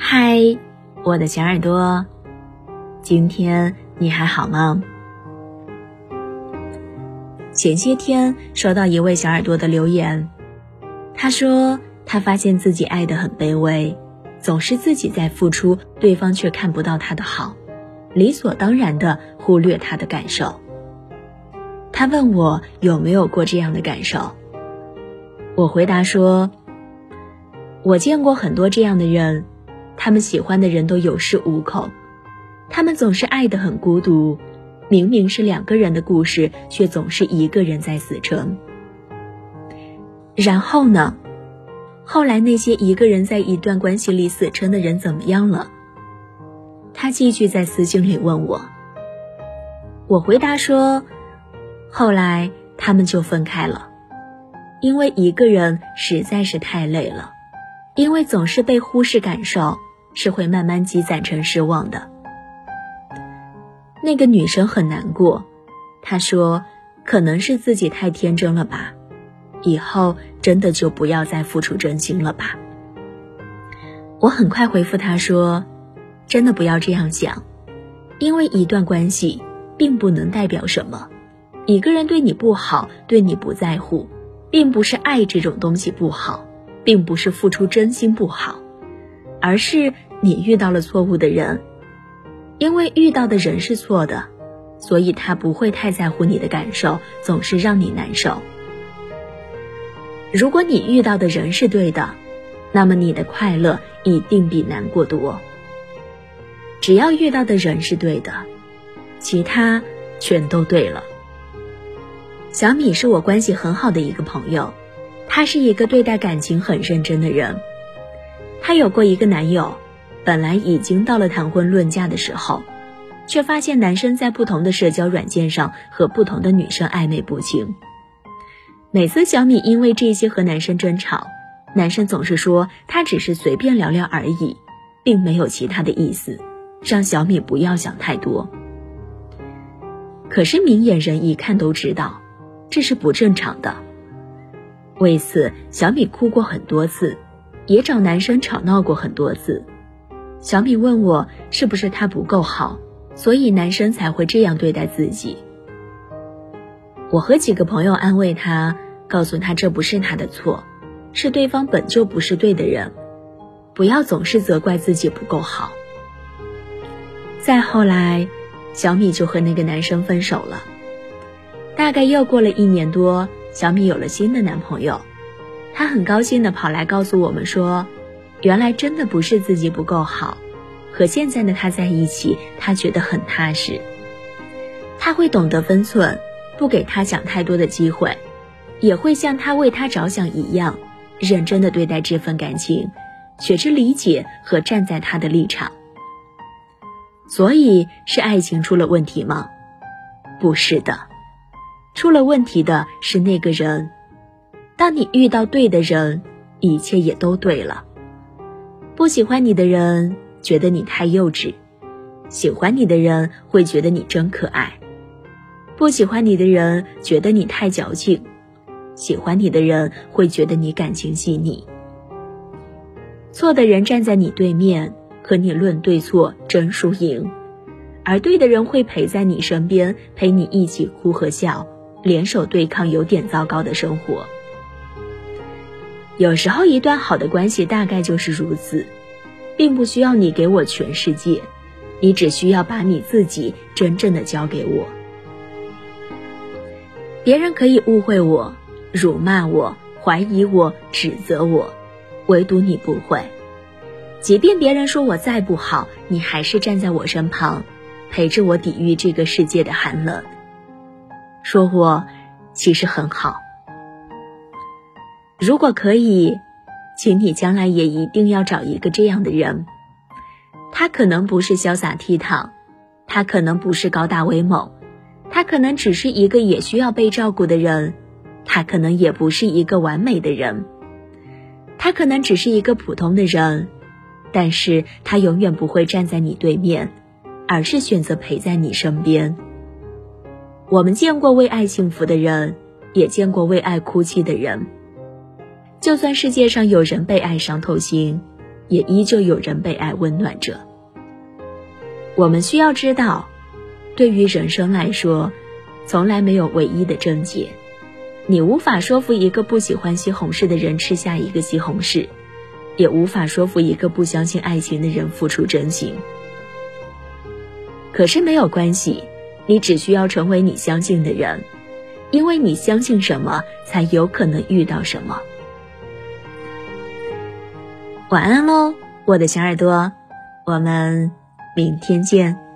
嗨，我的小耳朵，今天你还好吗？前些天收到一位小耳朵的留言，他说他发现自己爱得很卑微，总是自己在付出，对方却看不到他的好，理所当然地忽略他的感受。他问我有没有过这样的感受，我回答说，我见过很多这样的人，他们喜欢的人都有恃无恐，他们总是爱得很孤独，明明是两个人的故事，却总是一个人在死撑。然后呢？后来那些一个人在一段关系里死撑的人怎么样了？他继续在私信里问我。我回答说，后来他们就分开了，因为一个人实在是太累了，因为总是被忽视感受，是会慢慢积攒成失望的。那个女生很难过，她说可能是自己太天真了吧，以后真的就不要再付出真心了吧。我很快回复她说，真的不要这样想，因为一段关系并不能代表什么，一个人对你不好，对你不在乎，并不是爱这种东西不好，并不是付出真心不好，而是你遇到了错误的人。因为遇到的人是错的，所以他不会太在乎你的感受，总是让你难受。如果你遇到的人是对的，那么你的快乐一定比难过多。只要遇到的人是对的，其他全都对了。小米是我关系很好的一个朋友，她是一个对待感情很认真的人。她有过一个男友，本来已经到了谈婚论嫁的时候，却发现男生在不同的社交软件上和不同的女生暧昧不清。每次小米因为这些和男生争吵，男生总是说他只是随便聊聊而已，并没有其他的意思，让小米不要想太多。可是明眼人一看都知道，这是不正常的。为此，小米哭过很多次，也找男生吵闹过很多次。小米问我是不是他不够好，所以男生才会这样对待自己。我和几个朋友安慰他，告诉他这不是他的错，是对方本就不是对的人，不要总是责怪自己不够好。再后来，小米就和那个男生分手了。大概又过了1年多，小米有了新的男朋友，她很高兴地跑来告诉我们说，原来真的不是自己不够好，和现在的他在一起，他觉得很踏实。他会懂得分寸，不给他想太多的机会，也会像他为他着想一样，认真地对待这份感情，学着理解和站在他的立场。所以是爱情出了问题吗？不是的，出了问题的是那个人。当你遇到对的人，一切也都对了。不喜欢你的人觉得你太幼稚，喜欢你的人会觉得你真可爱。不喜欢你的人觉得你太矫情，喜欢你的人会觉得你感情细腻。错的人站在你对面，和你论对错争输赢，而对的人会陪在你身边，陪你一起哭和笑，联手对抗有点糟糕的生活。有时候一段好的关系大概就是如此，并不需要你给我全世界，你只需要把你自己真正的交给我。别人可以误会我，辱骂我，怀疑我，指责我，唯独你不会。即便别人说我再不好，你还是站在我身旁，陪着我抵御这个世界的寒冷，说我其实很好。如果可以，请你将来也一定要找一个这样的人。他可能不是潇洒倜傥，他可能不是高大威猛，他可能只是一个也需要被照顾的人，他可能也不是一个完美的人，他可能只是一个普通的人，但是他永远不会站在你对面，而是选择陪在你身边。我们见过为爱幸福的人，也见过为爱哭泣的人。就算世界上有人被爱伤透心， 也依旧有人被爱温暖着。我们需要知道，对于人生来说，从来没有唯一的正解。你无法说服一个不喜欢西红柿的人吃下一个西红柿，也无法说服一个不相信爱情的人付出真情。可是没有关系，你只需要成为你相信的人，因为你相信什么，才有可能遇到什么。晚安喽，我的小耳朵，我们明天见。